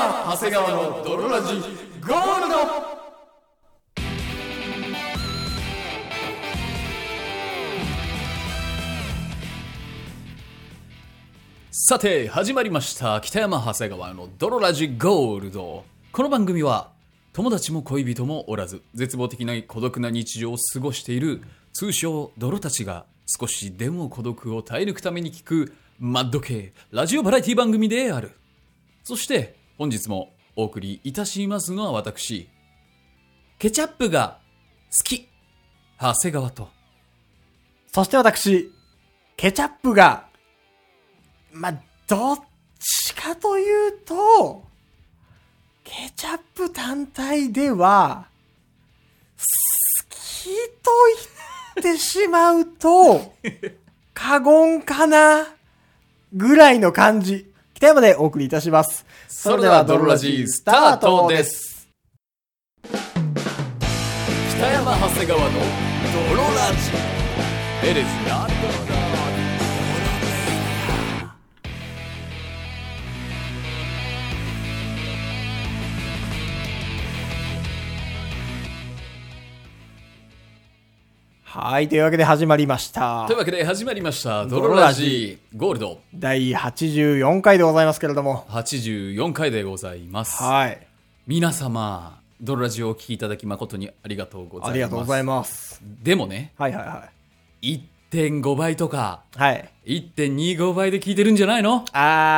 山長谷川の泥ラジゴールド。さて始まりました北山長谷川の泥ラジゴールド。この番組は友達も恋人もおらず絶望的な孤独な日常を過ごしている通称泥たちが少しでも孤独を耐え抜くために聞くマッド系ラジオバラエティ番組である。そして本日もお送りいたしますのは私、ケチャップが好き長谷川と、 そして私、ケチャップがどっちかというと、ケチャップ単体では、好きと言ってしまうと、過言かなぐらいの感じ。北山でお送りいたします。 それではドロラジースタートです。北山長谷川のドロラジ。エレスなドロラ。 はい、というわけで始まりました。 ドロラジゴールド第84回でございますけれども。 84回でございます。 はい。 皆様、ドロラジをお聞きいただき誠にありがとうございます。 ありがとうございます。 でもね、 はいはいはい。 1.5 倍とか、 はい。 1.25 倍で聞いてるんじゃないの？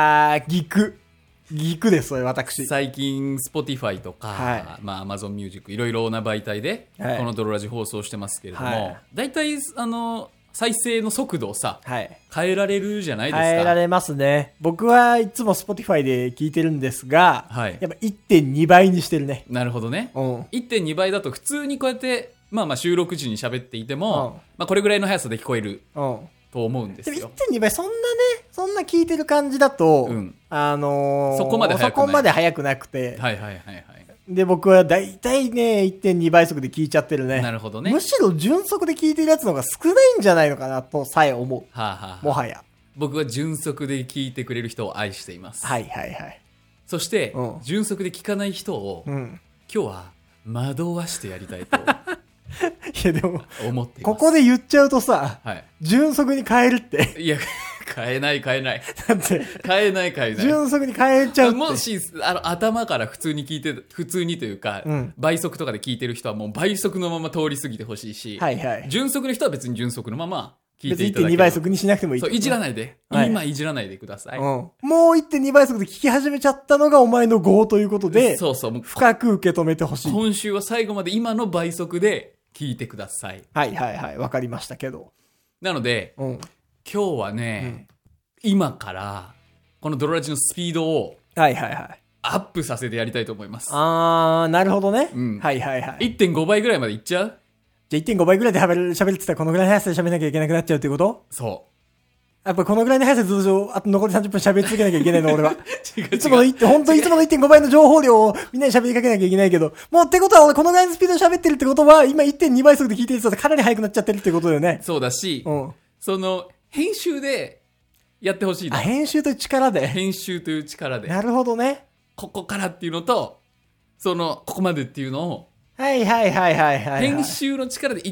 ギクです、それ私。 最近 Spotify とか、 はい、 Amazon Music いろいろな媒体で、はい、このドロラジ放送してますけれども、はい、だいたい再生の速度をさ、はい、変えられるじゃないですか。 変えられますね。僕はいつも Spotify で聞いてるんですが、はい、やっぱ 1.2 倍にしてるね。 なるほどね。1.2 倍だと普通にこうやって収録時に喋っていても、これぐらいの速さで聞こえる。と思うんですよ。 でも 1.2 倍そんな聞いてる感じだと、 そこまで速くなくて、 はいはいはいはい。 で僕はだいたいね 1.2 倍速で聞いちゃってるね。 なるほどね。 むしろ純速で聞いてるやつの方が少ないんじゃないのかなとさえ思う。もはや。 僕は純速で聞いてくれる人を愛しています。 はいはいはい。 そして、純速で聞かない人を、今日は惑わしてやりたいと。 いやでも思っています。 ここで言っちゃうとさ、はい、純速に変えるって。 いや、変えない。だって変えない。 純速に変えちゃうって。 もし、頭から普通にというか、倍速とかで聞いてる人はもう倍速のまま通り過ぎてほしいし、はいはい、純速の人は別に純速のまま聞いていただければ。別に 1.2 倍速にしなくてもいい。 そう、いじらないで。はい、今いじらないでください。 もう 1.2 倍速で聞き始めちゃったのがお前の業ということで、そう。深く受け止めてほしい。 今週は最後まで今の倍速で、聞いてください。 はいはいはい。わかりましたけど。 なので、今日はね、今からこのドロラジのスピードをアップさせてやりたいと思います。 なるほどね。はいはいはい。 1.5 倍ぐらいまでいっちゃう？ じゃあ 1.5 倍ぐらいで喋るって言ったらこのぐらいの速さで喋らなきゃいけなくなっちゃうってこと？ そう。 やっぱこのぐらいの速さで通常、あと残り30分喋り続けなきゃいけないの、俺は。いつもの1.5 倍の情報量をみんなに喋りかけなきゃいけないけど、もうってことは俺このぐらいのスピードで喋ってるってことは、今 1.2 倍速で聞いてる人はかなり速くなっちゃってるってことだよね。 そうだし、編集でやってほしい。 編集という力で。 編集という力で。 なるほどね。 ここからっていうのと、ここまでっていうのを、 はい。 編集の力で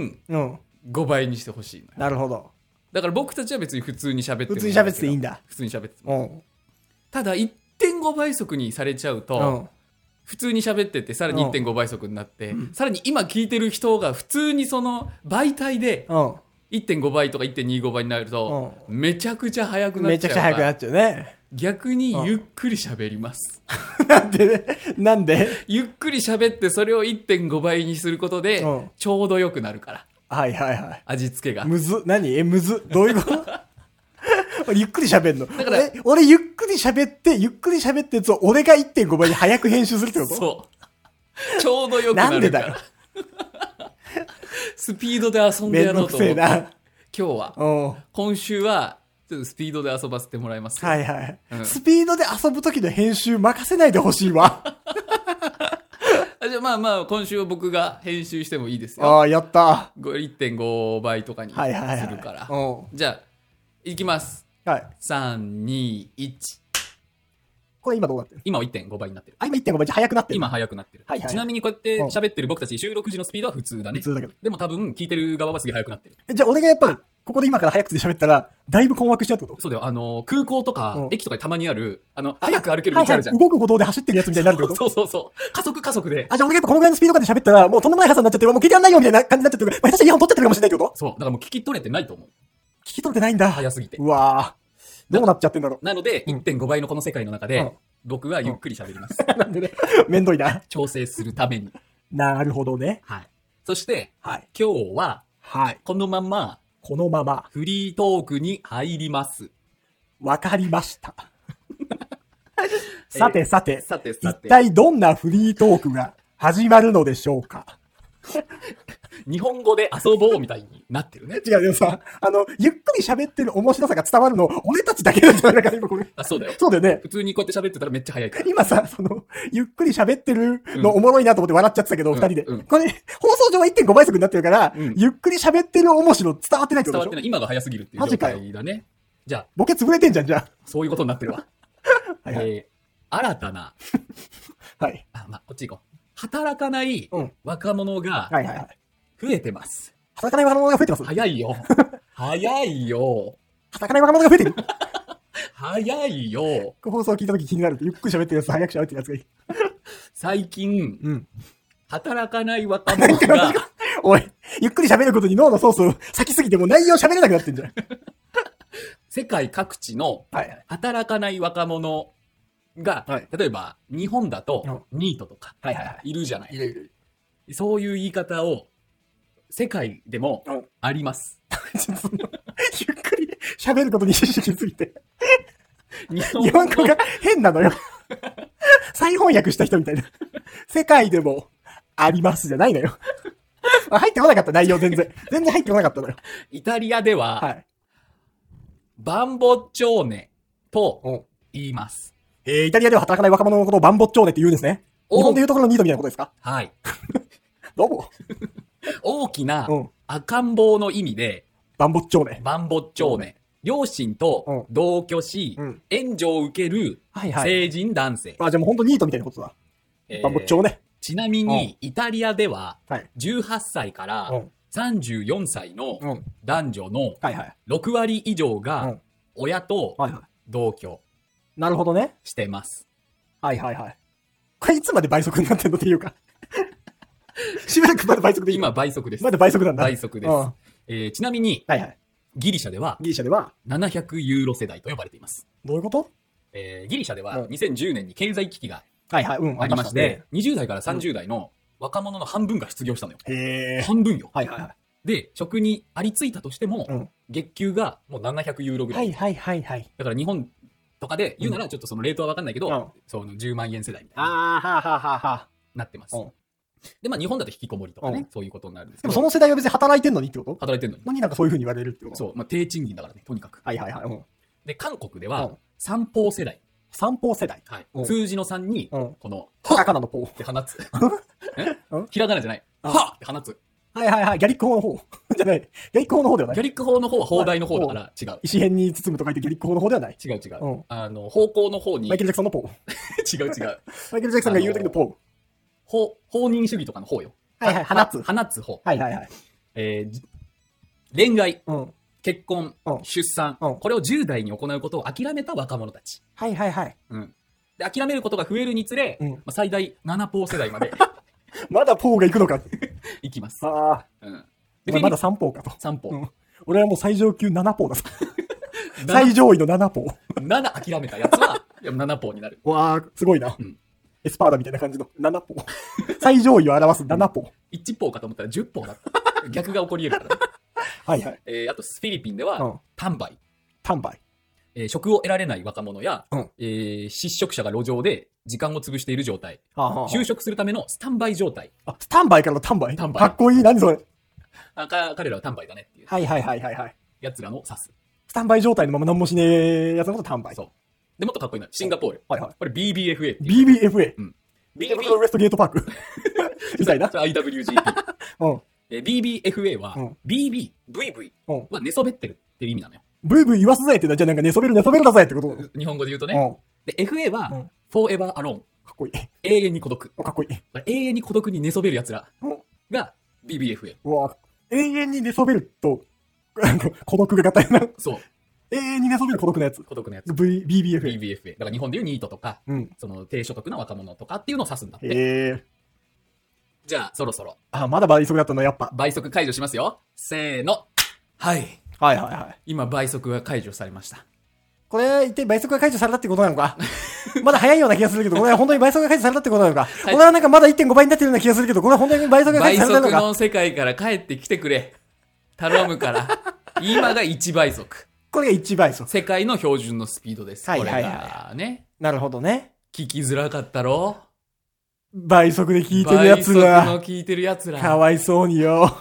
1.5 倍にしてほしい。 なるほど。 だから僕たちは別に普通に喋っても普通に喋っていいんだ。 普通に喋っても。ただ 1.5 倍速にされちゃうと、普通に喋っててさらに 1.5 倍速になって、さらに今聞いてる人が普通にその媒体で 1.5 倍とか 1.25 倍になると、めちゃくちゃ速くなっちゃう。 めちゃくちゃ速くなっちゃうね。 逆にゆっくり喋ります。 なんでゆっくり喋ってそれを 1.5 倍にすることで、ちょうど良くなるから。はい。味付けが。 むず。むず。どういうこと俺ゆっくり喋んの。だから、俺ゆっくり喋ってやつを俺が 1.5 倍に早く編集するってこと？ そう。ちょうど良くなるから。なんでだよ。スピードで遊んでやろうと思って。めんどくせえな。今日は。今週は、ちょっとスピードで遊ばせてもらいます。 はい。スピードで遊ぶ時の編集任せないでほしいわ。 じゃあ今週は僕が編集してもいいですよ。 やった。 1.5 倍とかにするから。じゃあ、いきます。3、2、1。 これ今どうなってる？ 今は 1.5 倍になってる。 あ、今 1.5 倍じゃ速くなってる。 今速くなってる。 はいはい。 ちなみにこうやって喋ってる僕たち収録時のスピードは普通だね。 普通だけど。 でも多分聞いてる側はすげえ速くなってる。 じゃあ俺がやっぱ、ここで今から早口で喋ったら、だいぶ困惑しちゃうってこと？ そうだよ。空港とか、駅とかにたまにある、早く歩ける道はいはい。 あるじゃん。 動く歩道で走ってるやつみたいになるってこと？ そうそうそう。加速で。 あ、じゃあ俺がやっぱこのぐらいのスピード感で喋ったら、もうとんでもない速さになっちゃって、もう聞いてらんないよみたいな感じになっちゃってる。まあ、下手したらイヤホン取っちゃってるかもしれないってこと？ そう。だからもう聞き取れてないと思う。 聞き取れてないんだ。 早すぎて。 うわぁ。どうなっちゃってんだろう。 なので、1.5 倍のこの世界の中で、 うん、 僕はゆっくり喋ります。 なんでね、めんどいな。 調整するために。 なるほどね。 はい。そして、 はい。 今日は、 はい。 このまま、 このまま、 フリートークに入ります。 わかりました。さて、一体どんなフリートークが始まるのでしょうか？ 日本語で遊ぼうみたいになってるね。 違う、でもさ、ゆっくり喋ってる面白さが伝わるの、俺たちだけなんじゃないかな、今これ。 あ、そうだよ。 そうだよね。 普通にこうやって喋ってたらめっちゃ早いから。 今さ、ゆっくり喋ってるのおもろいなと思って笑っちゃってたけど、二人で。これ、放送上は 1.5 倍速になってるから、ゆっくり喋ってる面白伝わってないってことでしょ？伝わってない。 今が早すぎるっていう状態だね。じゃあ。 ボケ潰れてんじゃん、じゃあ。 そういうことになってるわ。はいはい。新たな。 はい。 こっち行こう。働かない若者が、増えてます。 働かない若者が増えてます。 早いよ。早いよ。 働かない若者が増えてる。 早いよ。 放送聞いたとき気になるって、ゆっくり喋ってるやつ早く喋ってるやつがいい。 最近、働かない若者が、 おい、ゆっくり喋ることに脳のソースを先すぎてもう内容喋れなくなってんじゃん。 世界各地の働かない若者が、例えば日本だとニートとかいるじゃない。そういう言い方を世界でもあります。 ゆっくり喋ることに意識しすぎて。日本語が変なのよ。再翻訳した人みたいな。世界でもありますじゃないのよ。入ってこなかった内容全然入ってこなかったのよ。 イタリアでは、バンボッチョーネと言います。 イタリアでは働かない若者のことをバンボッチョーネって言うんですね。日本で言うところのニートみたいなことですか？ はい。 どうも。 大きな赤ん坊の意味で、 バンボッチョーネ。 バンボッチョーネ。両親と同居し、援助を受ける成人男性。 あ、じゃあもう本当ニートみたいなことだ。バンボッチョーネ。 ちなみに、イタリアでは、18歳から34歳の男女の6割以上が親と同居。 なるほどね。 してます。 はいはいはい。これいつまで倍速になってんのっていうか。しばらくまだ倍速でいい？ 今倍速です。 まだ倍速なんだ。 倍速です。ちなみに、ギリシャでは、700ユーロ世代と呼ばれています。 どういうこと？ ギリシャでは2010年に経済危機がありまして、20代から30代の若者の半分が失業したのよ。半分よ。で、職にありついたとしても、月給がもう700ユーロぐらい。だから日本とかで言うならちょっとそのレートはわかんないけど、その10万円世代みたいな。なってます。で、日本だと引きこもりとかね、そういうことになるんですけど。 でもその世代は別に働いてんのにってこと？ 働いてんのに。 何なんかそういう風に言われるってこと？ そう。低賃金だからね、とにかく。で、韓国では、三宝世代。 三宝世代。 数字の3に、この、 カタカナのポーって放つ。ひらがなじゃない。はって放つ。 ギャリック法の方じゃない。ギャリック法の方ではない。 ギャリック法の方は砲台の方だから違う。 石片に包むと書いてギャリック法の方ではない。 違う。方向の方に。 マイケル・ジャクソンのポー。違う。 マイケル・ジャクソンが言う時のポー。放任主義とかの方よ。放つ方。恋愛、結婚、出産、これを10代に行うことを諦めた若者たち。で、諦めることが増えるにつれ、最大7ポー世代まで。 まだポーが行くのか。 行きます。 でまだ3ポーかと。 3ポー。 俺はもう最上級7ポーだぞ。最上位の7ポー。 7諦めたやつは、7ポーになる。 わー、すごいな。エスパーダみたいな感じの7ポー。最上位を表す7ポー。 1ポーかと思ったら10ポーだった。逆が起こり得るからね。あと、フィリピンでは、単売。職を得られない若者や、失職者が路上で時間を潰している状態。就職するためのスタンバイ状態。 スタンバイからの単売？かっこいい。何それ？ 彼らは単売だねっていう。やつらの指す。 スタンバイ状態のまま何もしねえやつのこと単売。 そう。で、もっとかっこいいな。シンガポール。これ BBFA っていう。 BBFA？ BB ウエストゲートパークみたいな。 IWGP。BBFA は、BB、VV は寝そべってるっていう意味なのよ。 ブイブイ言わすぜってじゃあなんか寝そべるだぜってこと？ 日本語で言うとね。 で、FA は、Forever Alone。 かっこいい。 永遠に孤独。 かっこいい。 永遠に孤独に寝そべる奴らが BBFA。 うわ、永遠に寝そべると、孤独が硬いな。 そう。 永遠に寝そべる孤独なやつ。 孤独なやつ。 BBFA。 BBFA。だから日本でいうニートとか、その低所得な若者とかっていうのを指すんだって。じゃあ、そろそろ。 まだ倍速だったの、やっぱ。 倍速解除しますよ。せーの。はい。 はいはいはい。 今、倍速が解除されました。 これ、一体倍速が解除されたってことなのかまだ早いような気がするけど、これは本当に倍速が解除されたってことなのか、これはなんかまだ 1.5 倍になってるような気がするけど、これは本当に倍速が解除されたのか。 倍速の世界から帰ってきてくれ。頼むから。今が1倍速。 これが1倍速。 世界の標準のスピードです。 はいはいはい。 これがね。 なるほどね。 聞きづらかったろ？ 倍速で聞いてるやつら。 倍速の聞いてるやつら。 かわいそうによ。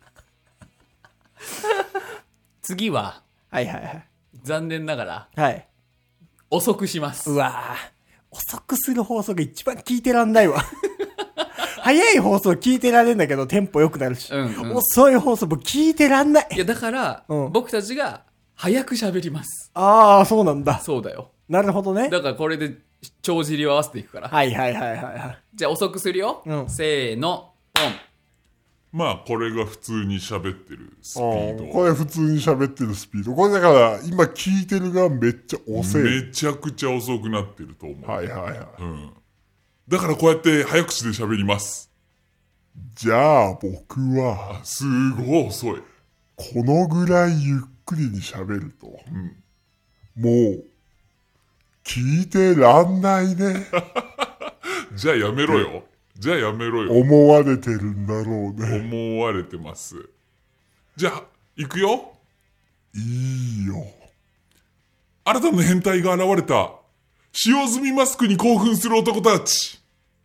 次は。 はいはいはい。 残念ながら。 はい。 遅くします。 うわぁ。遅くする放送が一番聞いてらんないわ。早い放送聞いてられるんだけど、テンポ良くなるし。遅い放送も聞いてらんない。 いや、だから、僕たちが早く喋ります。 ああ、そうなんだ。 そうだよ。 なるほどね。 だからこれで帳尻を合わせていくから。 はいはいはいはい。 じゃあ遅くするよ。せーの、ポン。 まあ、これが普通に喋ってるスピード。 これ普通に喋ってるスピード。これだから、今聞いてるがめっちゃ遅い。 めちゃくちゃ遅くなってると思う。 はいはいはい。 だからこうやって早口で喋ります。 じゃあ僕は、 すごい遅い。 このぐらいゆっくりに喋ると、もう、聞いてらんないね。 じゃあやめろよ。じゃあやめろよ。 思われてるんだろうね。 思われてます。じゃあ、行くよ。 いいよ。 新たな変態が現れた。使用済みマスクに興奮する男たち。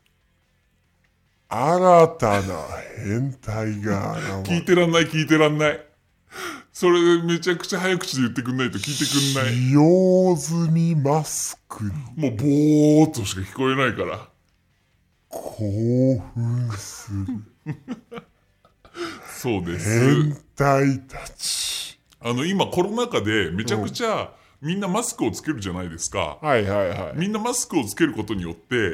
新たな変態が現れた。 聞いてらんない聞いてらんない。それめちゃくちゃ早口で言ってくんないと聞いてくんない。 使用済みマスクに。 もうぼーっとしか聞こえないから。 興奮する。 そうです。 変態たち。 今コロナ禍でめちゃくちゃみんなマスクをつけるじゃないですか。 はいはいはい。 みんなマスクをつけることによって、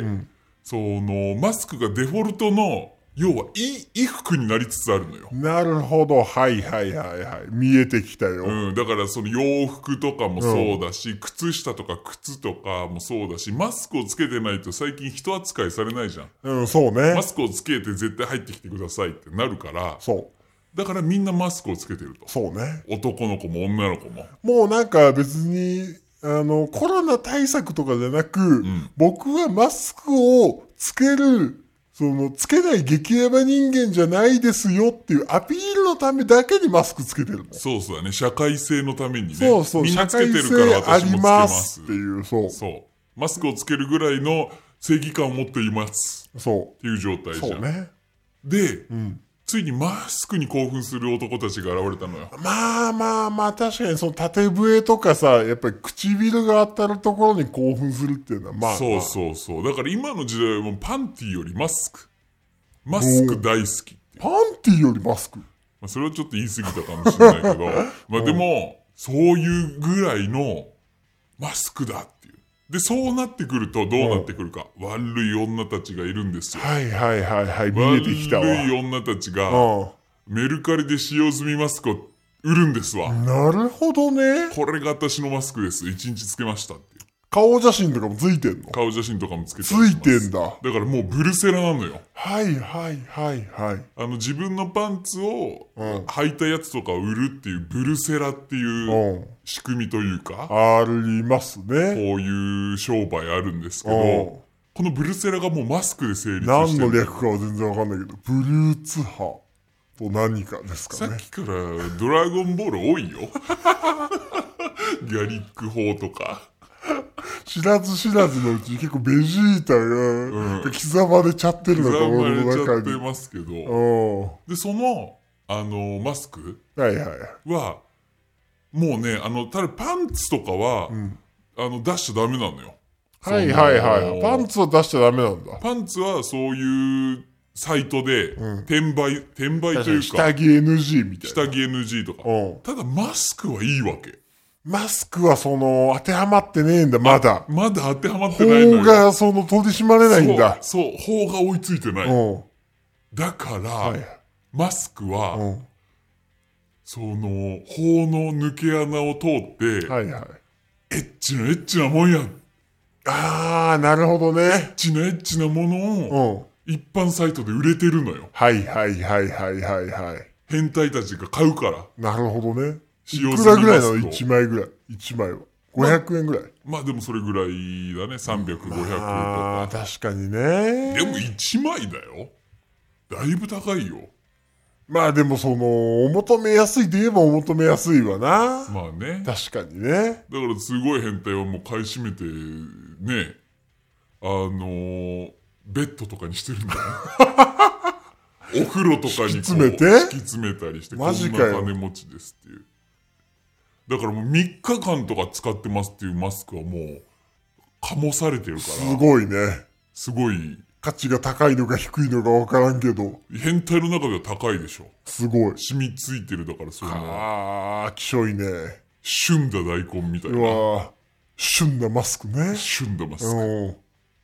そのマスクがデフォルトの要は衣服になりつつあるのよ。 なるほど。はいはいはいはい。見えてきたよ。 だからその洋服とかもそうだし、靴下とか靴とかもそうだし、マスクをつけてないと最近人扱いされないじゃん。 そうね。 マスクをつけて絶対入ってきてくださいってなるから。 そう。 だからみんなマスクをつけてると。 そうね。 男の子も女の子も。 もうなんか別に、コロナ対策とかじゃなく、僕はマスクをつける、つけない激ヤバ人間じゃないですよっていうアピールのためだけにマスクつけてるの。 そうだね。社会性のためにね。 そうそう。 みんなつけてるから私もつけます。 っていう、そう。 そう。マスクをつけるぐらいの正義感を持っています。 そう。 っていう状態じゃん。 そうね。 で、ついにマスクに興奮する男たちが現れたのよ。 まあ、確かにその縦笛とかさ、やっぱり唇が当たるところに興奮するっていうのは、まあ。 そう。だから今の時代はもうパンティよりマスク。マスク大好きって。 パンティよりマスク。 それはちょっと言い過ぎたかもしれないけど、まあでも、そういうぐらいのマスクだっていう。で、そうなってくるとどうなってくるか。悪い女たちがいるんですよ。 はい、見えてきたわ。 悪い女たちが、メルカリで使用済みマスクを売るんですわ。 なるほどね。 これが私のマスクです。1日つけましたっていう。 顔写真とかもついてんの？ 顔写真とかもつけてついてんだ。だからもうブルセラなのよ。 はい。 自分のパンツを履いたやつとかを売るっていうブルセラっていう仕組みというか。 ありますね。こういう商売あるんですけど、このブルセラがもうマスクで成立してる。 何の略かは全然わかんないけど、ブルーツ派と何かですかね。 さっきからドラゴンボール多いよ。ギャリック砲とか。 知らず知らずのうちに結構ベジータが刻まれちゃってるのか刻まれちゃってますけど。で、その、マスクは、もうね、ただパンツとかは、出しちゃダメなのよ。 はい。パンツは出しちゃダメなんだ。 パンツはそういうサイトで、転売というか。 下着 NG みたいな。 下着 NG とか。ただマスクはいいわけ。 マスクは当てはまってねえんだ、まだ。 まだ当てはまってないのよ。 法が取り締まれないんだ。 そう、法が追いついてない。 うん。 だから、 はい。 マスクは、 うん。 法の抜け穴を通って、 はいはい。 エッチなもんや。エあー、なるほどね。 ッチなものを、 うん。 一般サイトで売れてるのよ。 はいはいはいはいはいはい。 変態たちが買うから。 なるほどね。い使用済くらぐらいなのみマスクを ?1 枚ぐらい。1枚は。500円ぐらい。 まあでもそれぐらいだね。300、500 あとか。 ー、確かにね。 でも1枚だよ。だいぶ高いよ。 まあでもお求めやすいといえばお求めやすいわな。 まあね。 確かにね。 だからすごい変態はもう買い占めて、ね、ベッドとかにしてるんだよ。お風呂とかにこう敷き詰めて敷き詰めたりして、こんなマジかよ金持ちですっていう。だからもう3日間とか使ってますっていうマスクはもう、醸されてるから。 すごいね。 すごい。 価値が高いのか低いのかわからんけど。 変態の中では高いでしょ。 すごい。 染みついてるだからあー、きしょいね。 旬だ大根みたいうな。 わー。旬なマスクね。 旬だマスク。 うん。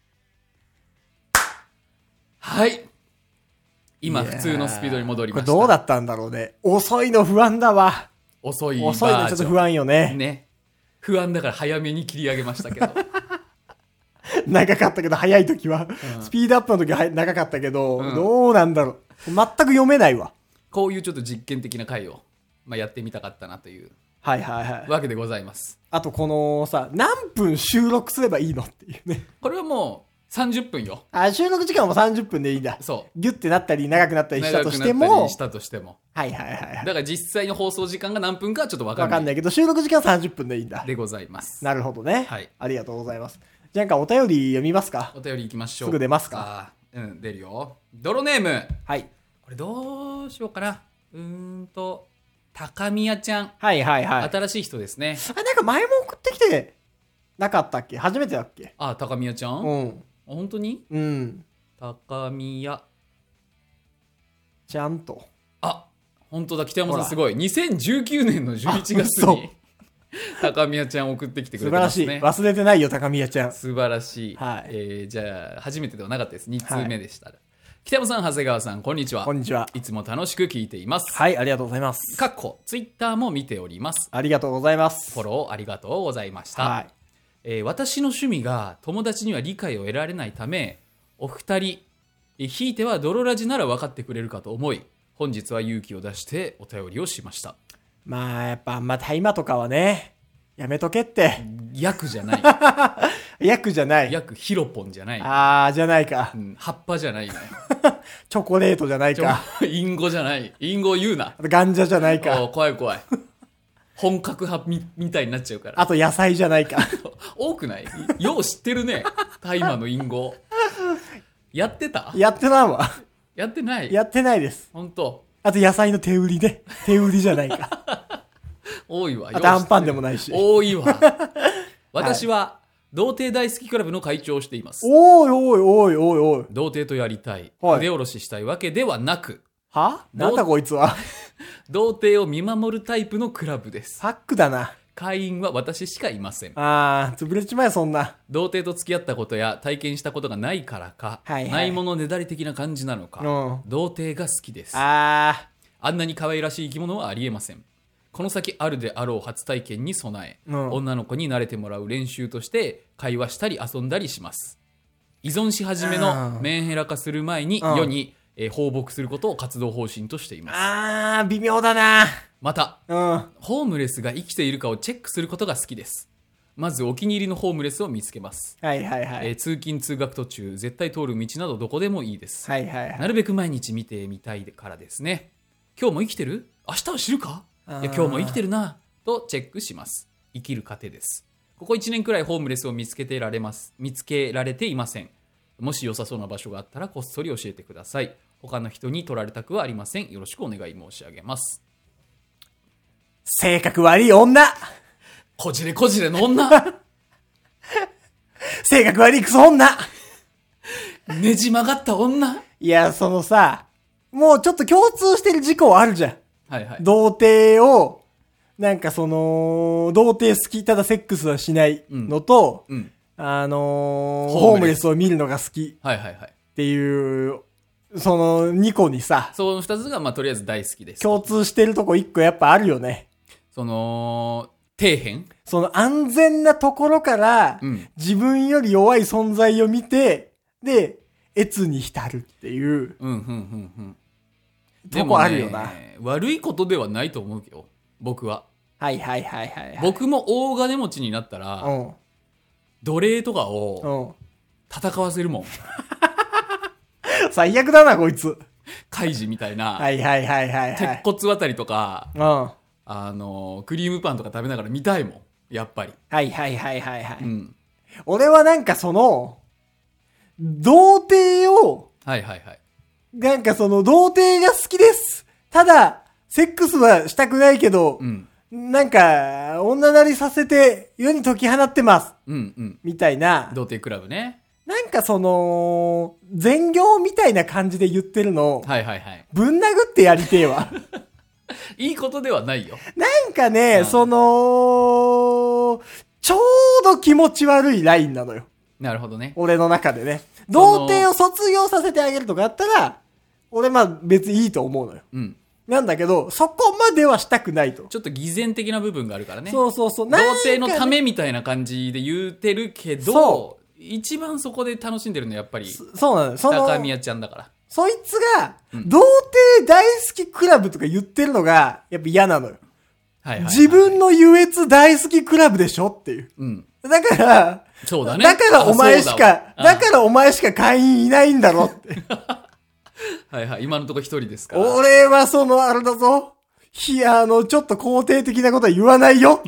はい。今、普通のスピードに戻りこれました。 どうだったんだろうね。遅いの不安だわ。 遅いバージョン。 遅いのちょっと不安よね。 ね。不安だから早めに切り上げましたけど。 長かったけど、早い時は。スピードアップの時は長かったけど、どうなんだろう。全く読めないわ。 こういうちょっと実験的な回を、やってみたかったなというはいはいはい。 わけでございます。 あとこのさ、何分収録すればいいのっていうね。 これはもう30分よ。 収録時間も30分でいいんだ。 そう。 ギュッてなったり長くなったりしたとしても長くなったり、したとしても。 はいはいはいはい。 だから実際の放送時間が何分かはちょっとわかんない。 わかんないけど、収録時間30分でいいんだ。 でございます。 なるほどね。 はいありがとうございます。じゃあなんかお便り読みますか。 お便り行きましょう。 すぐ出ますか。 出るよ。泥ネーム。 はい。 これどうしようかな。高宮ちゃん。 はいはいはい。 新しい人ですね。 なんか前も送ってきてなかったっけ？初めてだっけ？ 高宮ちゃん、 うん。 本当にうん。 高宮。 ちゃんと。 本当だ、北山さんほらすごい。2019年の11月嘘に高宮ちゃん送ってきてく素晴らしい。 れてますね。 忘れてないよ、高宮ちゃん。 素晴らしい。 はいじゃあ、初めてではなかったです。2通目でした。北山さん、長谷川さん、こんにちは。 こんにちは。 いつも楽しく聞いています。 はい、ありがとうございます。 かっこ、ツイッターも見ております。 ありがとうございます。 フォローありがとうございました。 はい。 私の趣味が友達には理解を得られないため、お二人、ひいては泥ラジなら分かってくれるかと思い、本日は勇気を出してお便りをしました。 まあ、やっぱあんま大麻とかはね、やめとけって。 薬じゃない。 薬じゃない。 薬ヒロポンじゃない。 じゃないか。 葉っぱじゃないね。 チョコレートじゃないか。 インゴじゃない。インゴ言うな。 あとガンジャじゃないか。 怖い怖い。本格派みたいになっちゃうから。 あと野菜じゃないか。 多くない？よう知ってるね。大麻のインゴ。やってた？ やってないわ。 やってない？ やってないです。 本当。 あと野菜の手売りね。手売りじゃないか。 多いわ。 あとアンパンでもないし。 多いわ。私は、童貞大好きクラブの会長をしています。 おいおいおいおいおい。 童貞とやりたい。 はい筆下ろししたいわけではなく、 なんだこいつは。 童貞を見守るタイプのクラブです。 パックだな。 会員は私しかいません。 潰れちまえそんな。 童貞と付き合ったことや体験したことがないからか、ないものねだり的な感じなのか、童貞が好きです。あんなに可愛らしい生き物はありえません。この先あるであろう初体験に備え、女の子に慣れてもらう練習として会話したり遊んだりします。依存し始めのメンヘラ化する前に世に放牧することを活動方針としています。 微妙だな。 また、ホームレスが生きているかをチェックすることが好きです。まずお気に入りのホームレスを見つけます。通勤通学途中絶対通る道などどこでもいいです。なるべく毎日見てみたいからですね。今日も生きてる？明日は知るか？今日も生きてるなとチェックします。生きる糧です。ここ1年くらいホームレスを見つけられていません。もし良さそうな場所があったらこっそり教えてください。他の人に取られたくはありません。よろしくお願い申し上げます。 性格悪い女。 こじれこじれの女。 性格悪いクソ女。 ねじ曲がった女。 いや、そのさ、もうちょっと共通してる事項あるじゃん。 はいはい。 童貞をなんかその、童貞好き、ただセックスはしないのと、 うん。 ホームレスを見るのが好きはいはいはい。 っていう、その2個にさ、 その2つが、まあ、とりあえず大好きです。 共通してるとこ1個やっぱあるよね。 その、底辺その安全なところから、 うん。 自分より弱い存在を見て、で、越に浸るっていううん、うん、うん、うん。 とこあるよな。 悪いことではないと思うけど、僕は。 はいはいはいはい、はい。 僕も大金持ちになったら、 うん。 奴隷とかをうん。 戦わせるもん。 最悪だな、こいつ。 カイジみたいな、 はいはいはいはいは鉄い。 骨渡りとか、 うん。はクリームパンとか食べながら見たいもん。やっぱり。 いはいはいはいはい。 うん。 俺はなんかその、童貞を、 はいはいはい。 なんかその童貞が好きです。ただ、セックスはしたくないけどう、ん。 なんか、女なりさせて世に解き放ってます。 うんうん。 みたいな、 童貞クラブね。 なんかその、善行みたいな感じで言ってるの、 はいはいはい。 ぶん殴ってやりてえわ。 いいことではないよ。 なんかね、その、ちょうど気持ち悪いラインなのよ。 なるほどね。 俺の中でね。童貞を卒業させてあげるとかあったら、俺まあ別にいいと思うのよ。 うん。 なんだけど、そこまではしたくないと。 ちょっと偽善的な部分があるからね。 そうそうそう。 童なんかね貞のためみたいな感じで言うてるけどそ、 一番そこで楽しんでるのはやっぱり、 そうなのよ。その、 高宮ちゃんだから。 そいつが、童貞大好きクラブとか言ってるのが、やっぱ嫌なのよ。 はいはいはい。 自分の優越大好きクラブでしょっていう。 うん。 だから、 そうだね。 だからお前しあか、 そうだわだからお前しか会員いないんだろって。 はいはい。今のところ一人ですから。 俺はその、あれだぞ。ちょっと肯定的なことは言わないよ。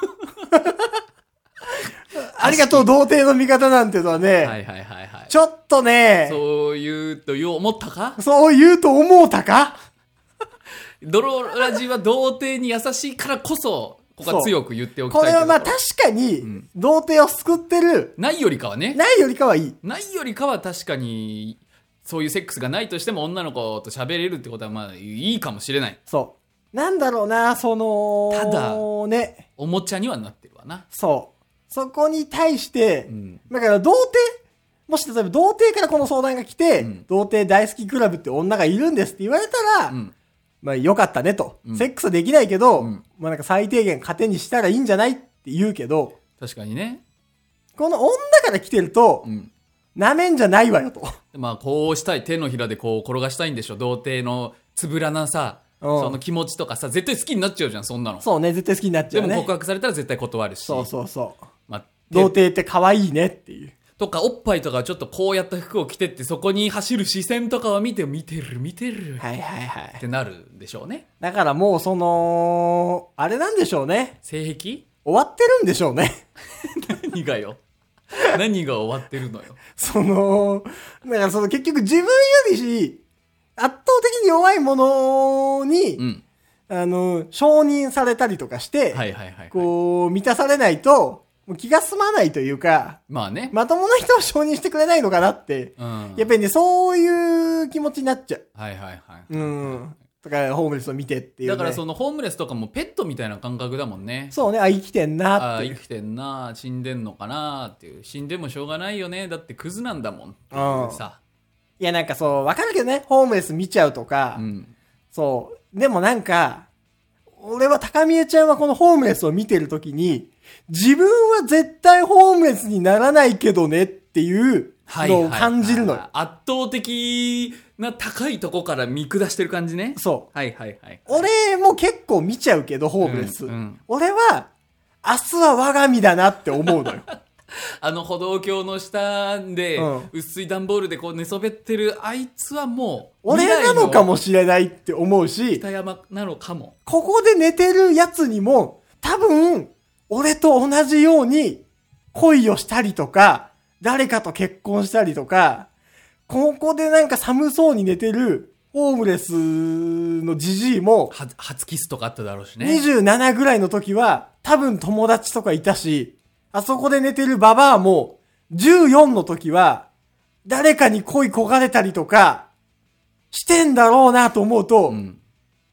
ありがとう、童貞の味方なんてのはね、 はいはいはいはい。 ちょっとね、 そう言うと思ったかそう言うと思うたかドロラジは童貞に優しいからこそ、ここは強く言っておきたいけど。 これはまあ確かに、童貞を救ってる、 ないよりかはね。 ないよりかはいい。 ないよりかは確かに、そういうセックスがないとしても女の子と喋れるってことはまあいいかもしれない。 そう。なんだろうな、その、 ただね、 おもちゃにはなってるわな。 そう。そこに対して、 んだから童貞、もし例えば童貞からこの相談が来て、 ん童貞大好きクラブって女がいるんですって言われたら、 うん。 まあよかったねと。セックスはできないけど、 んまあなんか最低限糧にしたらいいんじゃないって言うけど、 確かにね。 この女から来てると、 うん。 なめんじゃないわよと。 まあこうしたい、手のひらでこう転がしたいんでしょ。童貞のつぶらなさ、 うんその気持ちとかさ、絶対好きになっちゃうじゃん、そんなの。 そうね、絶対好きになっちゃうね。 でも告白されたら絶対断るし。 そうそうそう。 まあ、 童貞って可愛いねっていう。 とか、おっぱいとかちょっとこうやった服を着てって、そこに走る視線とかを見てる、 はいはいはいっ。てなるんでしょうね。 だからもうその、あれなんでしょうね。 性癖終わってるんでしょうね。 何がよ。何が終わってるのよ。 その、だからその結局自分より圧倒的に弱いものに、 うん。 承認されたりとかして、 はいはいはい。 こう、満たされないと、もう気が済まないというか、 まあね。 まともな人を承認してくれないのかなって、 うん。 やっぱりね、そういう気持ちになっちゃう。 はいはいはい。 うん。だから、ホームレスを見てっていう、ね。 だからそのホームレスとかもペットみたいな感覚だもんね。 そうね、あ、生きてんなっていう。 ああ、生きてんな、死んでんのかなっていう。死んでもしょうがないよね。だってクズなんだもんっていうさ。 いや、なんかそう、わかるけどね、ホームレス見ちゃうとか、 うん。 そう。でもなんか、俺は高宮ちゃんはこのホームレスを見てるときに、自分は絶対ホームレスにならないけどねっていうのを感じるのよ。 圧倒的な高いとこから見下してる感じね。 そう。 はいはいはい。 俺も結構見ちゃうけど、ホームレス。 うんうん俺は、明日は我が身だなって思うのよ。 歩道橋の下で、 うん薄い段ボールでこう寝そべってるあいつはもう、 俺なのかもししれないって思うし、 北山なのかも。 ここで寝てるやつにも、多分、俺と同じように恋をしたりとか、誰かと結婚したりとか、ここでなんか寒そうに寝てるホームレスのジジイも、 初キスとかあっただろうしね。 27ぐらいの時は多分友達とかいたし、あそこで寝てるババアも14の時は誰かに恋焦がれたりとかしてんだろうなと思うと、 うん。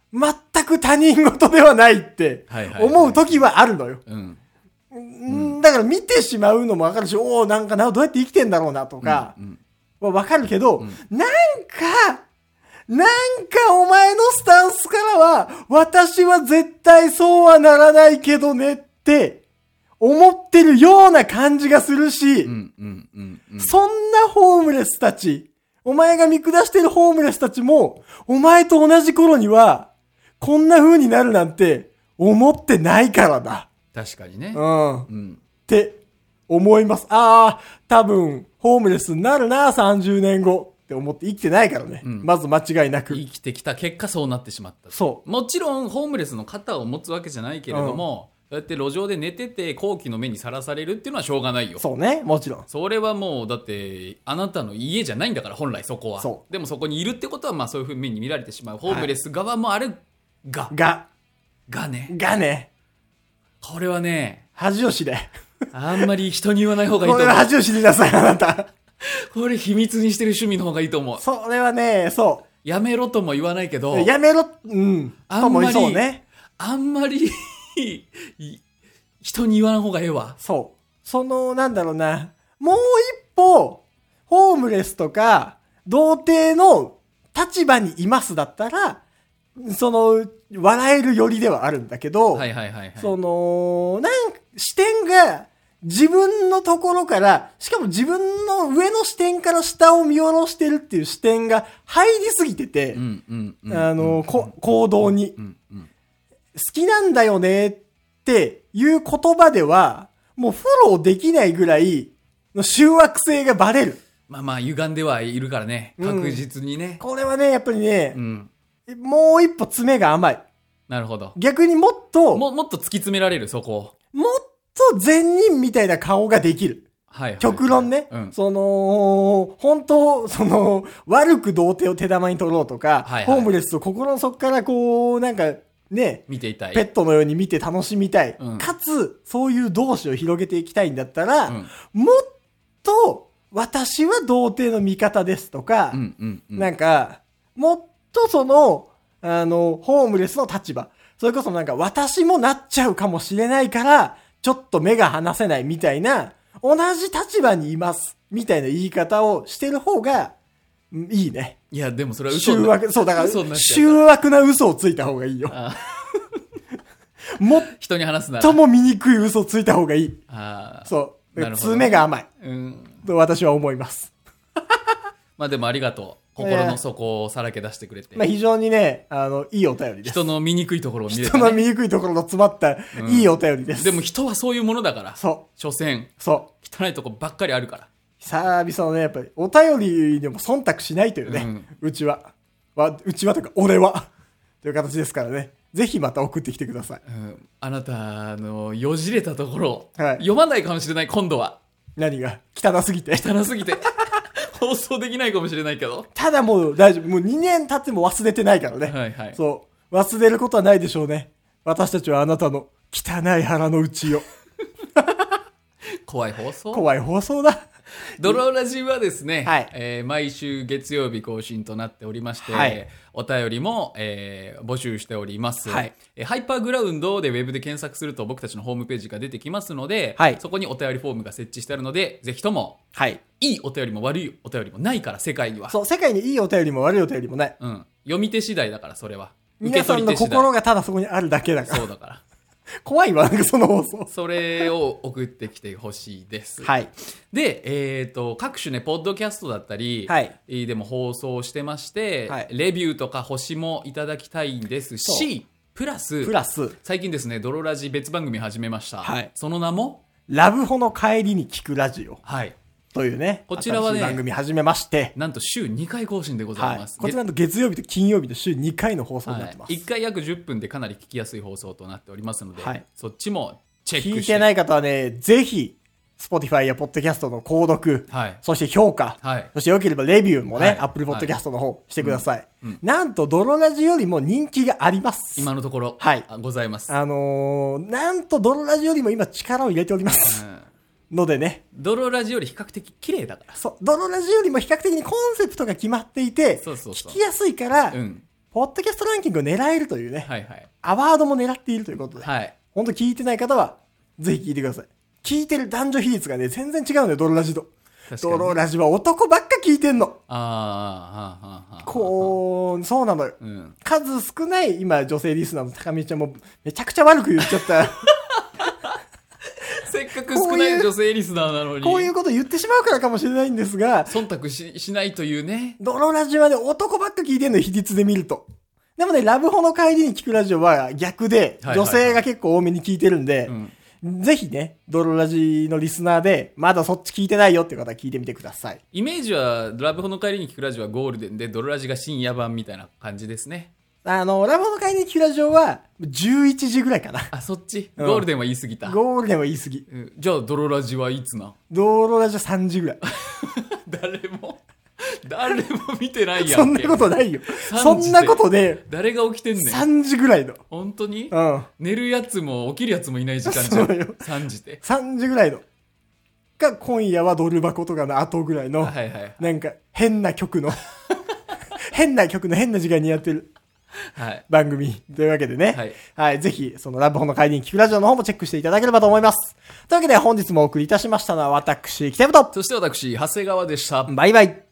全く他人事ではないって思う時はあるのよ。だから見てしまうのもわかるし、おーなんかどうやって生きてんだろうなとか、はわかるけど、なんかお前のスタンスからは、私は絶対そうはならないけどねって思ってるような感じがするし、そんなホームレスたち、お前が見下してるホームレスたちも、お前と同じ頃には、こんな風になるなんて思ってないからだ。 確かにね。 って思います。多分、ホームレスになるな、30年後って思って生きてないからね。まず間違いなく。 生きてきた結果そうなってしまった。 そう。 もちろん、ホームレスの肩を持つわけじゃないけれども、そうやって路上で寝てて、好奇の目にさらされるっていうのはしょうがないよ。 そうね、もちろん。 それはもう、だって、あなたの家じゃないんだから、本来そこは。 そう。 でもそこにいるってことは、まあそういうふうに目に見られてしまう。ホームレス側もあるが。がね。これはね、 恥を知れ。 あんまり人に言わない方がいいと思う。 これは恥を知りなさい、あなた。 これ秘密にしてる趣味の方がいいと思う。 それはね、そう。 やめろとも言わないけど。 やめろ、 あんまり、 そうね。 あんまり、人に言わない方がええわ。 そう。なんだろうな。もう一歩、ホームレスとか、童貞の立場にいますだったら、笑えるよりではあるんだけど、視点が自分のところから、しかも自分の上の視点から下を見下ろしてるっていう視点が入りすぎてて、行動に。好きなんだよねっていう言葉では、もうフォローできないぐらいの集約性がバレる。 まあ、歪んではいるからね。確実にね。 これはね、やっぱりね、もう一歩詰めが甘い。 なるほど。 逆にもっと突き詰められる、そこ。 もっと善人みたいな顔ができる。極論ね。本当、悪く童貞を手玉に取ろうとか、ホームレスを心の底から見ていたい。ペットのように見て楽しみたい。かつ、そういう同志を広げていきたいんだったら、もっと、私は童貞の味方ですとか、もっとホームレスの立場。それこそ私もなっちゃうかもしれないから、ちょっと目が離せないみたいな、同じ立場にいます。みたいな言い方をしてる方が、いいね。 いや、でもそれは嘘そう、だから、醜悪な嘘をついた方がいいよ。もっ人に話すなら。 とも醜い嘘をついた方がいい。そう。爪が甘い。と私は思います。 まあでもありがとう。心の底をさらけ出してくれて。 非常にね、いいお便りです。 人の醜いところを見れた、 人の醜いところの詰まったいいお便りです。 でも人はそういうものだから。 そう。 所詮。 そう。 汚いとこばっかりあるから。 久々のね、やっぱりお便りでも忖度しないというね。うちはというか俺は。という形ですからね。ぜひまた送ってきてください。 あなたのよじれたところ、読まないかもしれない、今度は。 何が汚すぎて。 放送できないかもしれないけど。 ただもう大丈夫。もう2年経っても忘れてないからね。そう。忘れることはないでしょうね。私たちはあなたの汚い腹の内を。 怖い放送だ。 ドロラジはですね、毎週月曜日更新となっておりまして、お便りも、募集しております、ハイパーグラウンドでウェブで検索すると僕たちのホームページが出てきますので、そこにお便りフォームが設置してあるので、ぜひとも、いいお便りも悪いお便りもないから、世界には。 そう、世界にいいお便りも悪いお便りもない。 読み手次第だから、それは。 皆さんの心がただそこにあるだけだから。 そうだから。 怖いわ、その放送。 それを送ってきてほしいです。で、各種ね、ポッドキャストだったり、でも放送してまして、レビューとか星もいただきたいんですし、プラス、最近ですね、ドロラジ別番組始めました。その名も、 ラブホの帰りに聞くラジオ。というね、 こちらはね、 番組始めまして、 なんと週2回更新でございます。 こちらの月曜日と金曜日と週2回の放送になってます。 1回約10分でかなり聞きやすい放送となっておりますので、そっちもチェックして。 聞いてない方はね、ぜひ、Spotify や Podcast の購読、そして評価、そして良ければレビューもね、Apple Podcast の方してください。なんと、ドロラジよりも人気があります。 今のところ、ございます。 なんと、ドロラジよりも今力を入れております。のでね。 ドロラジより比較的綺麗だから。 そう。ドロラジよりも比較的にコンセプトが決まっていて、聞きやすいから、 ポッドキャストランキングを狙えるというね、 はいはい。 アワードも狙っているということで、 はい。 ほんと聞いてない方は、ぜひ聞いてください。聞いてる男女比率がね、全然違うんだよ、ドロラジと。 確かにドロラジは男ばっか聞いてんの。 あそうなのよ。 うん。 数少ない今女性リスナーの高見ちゃんもめちゃくちゃ悪く言っちゃった。 せっかく少ない女性リスナーなのに。 こういうこと言ってしまうからかもしれないんですが、 忖度しないというね。 ドロラジはね、男ばっか聞いてんのよ、比率で見ると。でもね、ラブホの帰りに聞くラジオは逆で、 はいはいはい女性が結構多めに聞いてるんで、 うん。 ぜひね、ドロラジのリスナーで、まだそっち聞いてないよっていう方は聞いてみてください。 イメージは、ラブホの帰りに聞くラジオはゴールデンで、ドロラジが深夜版みたいな感じですね。 ラブホの帰りに聞くラジオは、11時ぐらいかな。 あ、そっち。 うんゴールデンは言い過ぎた。 ゴールデンは言い過ぎ。 うんじゃあ、ドロラジはいつなドロラジは3時ぐらい。 誰も見てないやんけ。 そんなことないよ。 3 そんなことで、 誰が起きてんねん。 3時ぐらいの。 本当にうん。 寝るやつも起きるやつもいない時間じゃん。 そうよ 3時で。 3時ぐらいの。が、今夜はドル箱とかの後ぐらいの、 はいはい。 なんか、変な曲の、変な曲の変な時間にやってるはい。 番組。というわけでね。 はい。 はい。ぜひ、そのラブホの帰りに聞くラジオの方もチェックしていただければと思います。というわけで、本日もお送りいたしましたのは、私、北山と、 そして私、長谷川でした。 バイバイ。